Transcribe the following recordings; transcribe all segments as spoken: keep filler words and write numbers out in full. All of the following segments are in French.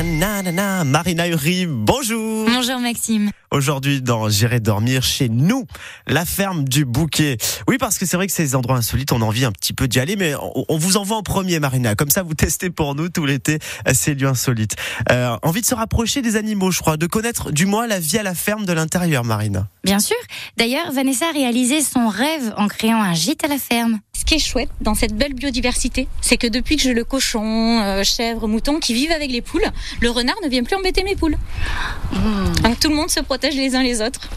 Nanana, Marina Uri, bonjour. Bonjour Maxime. Aujourd'hui dans J'irai dormir chez nous, la ferme du Bouquet. Oui, parce que c'est vrai que ces endroits insolites, on a envie un petit peu d'y aller, mais on, on vous envoie en premier, Marina. Comme ça, vous testez pour nous tout l'été ces lieux insolites. Euh, envie de se rapprocher des animaux, je crois, de connaître du moins la vie à la ferme de l'intérieur, Marina. Bien sûr. D'ailleurs, Vanessa a réalisé son rêve en créant un gîte à la ferme. Ce qui est chouette dans cette belle biodiversité, c'est que depuis que j'ai le cochon, euh, chèvre, mouton qui vivent avec les poules, le renard ne vient plus embêter mes poules. Mmh. Donc tout le monde se protège les uns les autres.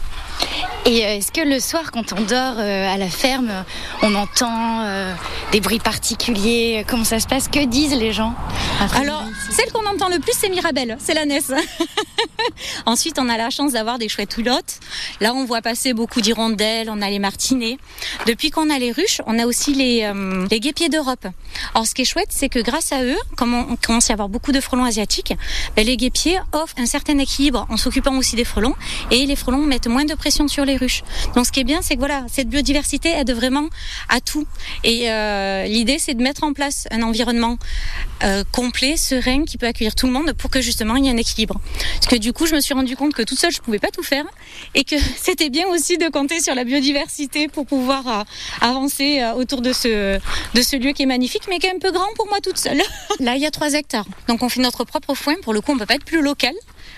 Et euh, est-ce que le soir, quand on dort euh, à la ferme, on entend euh, des bruits particuliers? Comment ça se passe? Que disent les gens? Alors, celle qu'on entend le plus, c'est Mirabelle, c'est la Ness. Ensuite, on a la chance d'avoir des chouettes hulottes. Là, on voit passer beaucoup d'hirondelles, on a les martinets. Depuis qu'on a les ruches, on a aussi les, euh, les guêpiers d'Europe. Alors, ce qui est chouette, c'est que grâce à eux, comme on commence à avoir beaucoup de frelons asiatiques, ben, les guêpiers offrent un certain équilibre en s'occupant aussi des frelons, et les frelons mettent moins de pression sur les ruches. Donc, ce qui est bien, c'est que voilà, cette biodiversité aide vraiment à tout. Et euh, l'idée, c'est de mettre en place un environnement euh, complet, serein, qui peut accueillir tout le monde pour que justement il y ait un équilibre. Parce que du coup, je me suis rendu compte que toute seule, je pouvais pas tout faire, et que c'était bien aussi de compter sur la biodiversité pour pouvoir euh, avancer euh, autour de ce de ce lieu qui est magnifique, mais qui est un peu grand pour moi toute seule. Là, il y a trois hectares, donc on fait notre propre foin. Pour le coup, on peut pas être plus local,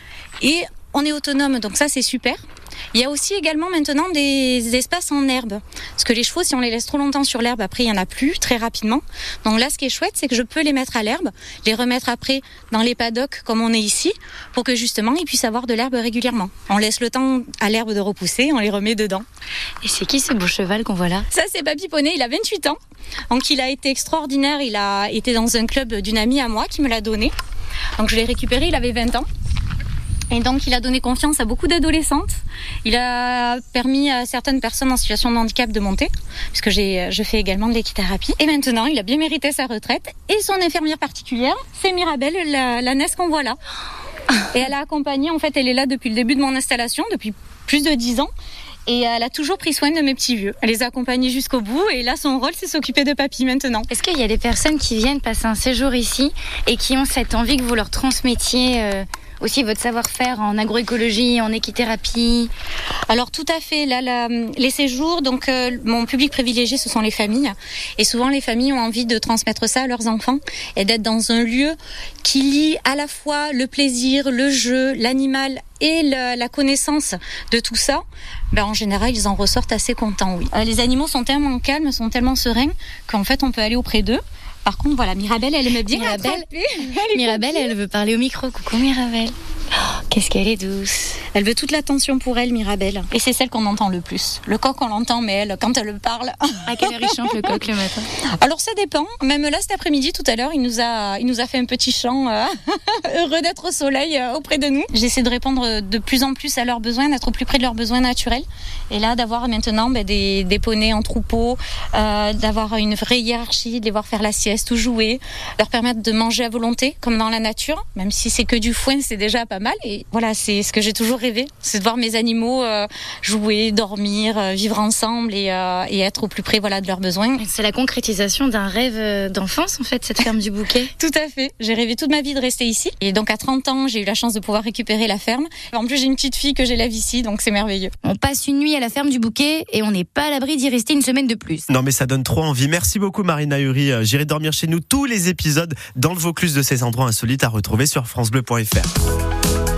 et on est autonome, donc ça c'est super. Il y a aussi également maintenant des espaces en herbe. Parce que les chevaux, si on les laisse trop longtemps sur l'herbe, après il n'y en a plus très rapidement. Donc là, ce qui est chouette, c'est que je peux les mettre à l'herbe, les remettre après dans les paddocks comme on est ici, pour que justement ils puissent avoir de l'herbe régulièrement. On laisse le temps à l'herbe de repousser, on les remet dedans. Et c'est qui ce beau cheval qu'on voit là? Ça, c'est Papy Poney, il a vingt-huit ans. Donc il a été extraordinaire, il a été dans un club d'une amie à moi qui me l'a donné. Donc je l'ai récupéré, il avait vingt ans. Et donc, il a donné confiance à beaucoup d'adolescentes. Il a permis à certaines personnes en situation de handicap de monter, puisque j'ai, je fais également de l'équithérapie. Et maintenant, il a bien mérité sa retraite. Et son infirmière particulière, c'est Mirabelle, la, la Ness qu'on voit là. Et elle a accompagné, en fait, elle est là depuis le début de mon installation, depuis plus de dix ans. Et elle a toujours pris soin de mes petits vieux. Elle les a accompagnés jusqu'au bout. Et là, son rôle, c'est s'occuper de papy maintenant. Est-ce qu'il y a des personnes qui viennent passer un séjour ici et qui ont cette envie que vous leur transmettiez euh... aussi votre savoir-faire en agroécologie, en équithérapie? Alors tout à fait. Là, la, les séjours, donc euh, mon public privilégié, ce sont les familles. Et souvent, les familles ont envie de transmettre ça à leurs enfants et d'être dans un lieu qui lie à la fois le plaisir, le jeu, l'animal et le, la connaissance de tout ça. Ben, en général, ils en ressortent assez contents, oui. Euh, les animaux sont tellement calmes, sont tellement sereins qu'en fait, on peut aller auprès d'eux. Par contre, voilà, Mirabelle, elle aime bien Mirabelle, attraper. Mirabelle, elle veut parler au micro. Coucou Mirabelle. Oh, qu'est-ce qu'elle est douce. Elle veut toute l'attention pour elle, Mirabelle. Et c'est celle qu'on entend le plus. Le coq, on l'entend, mais elle, quand elle parle... À quelle heure il chante le coq le matin? Alors ça dépend. Même là, cet après-midi, tout à l'heure, il nous a, il nous a fait un petit chant euh, heureux d'être au soleil euh, auprès de nous. J'essaie de répondre de plus en plus à leurs besoins, d'être au plus près de leurs besoins naturels. Et là, d'avoir maintenant ben, des, des poneys en troupeau, euh, d'avoir une vraie hiérarchie, de les voir faire la sieste ou jouer, leur permettre de manger à volonté, comme dans la nature. Même si c'est que du foin, c'est déjà pas mal. Et voilà, c'est ce que j'ai toujours rêvé, c'est de voir mes animaux euh, jouer, dormir, euh, vivre ensemble et, euh, et être au plus près voilà, de leurs besoins. C'est la concrétisation d'un rêve d'enfance en fait, cette ferme du Bouquet. Tout à fait, j'ai rêvé toute ma vie de rester ici. Et donc à trente ans, j'ai eu la chance de pouvoir récupérer la ferme. En plus, j'ai une petite fille que j'élève ici, donc c'est merveilleux. On passe une nuit à la ferme du Bouquet et on n'est pas à l'abri d'y rester une semaine de plus. Non mais ça donne trop envie. Merci beaucoup Marina Uri. J'irai dormir chez nous. Tous les épisodes dans le Vaucluse de ces endroits insolites à retrouver sur francebleu point fr.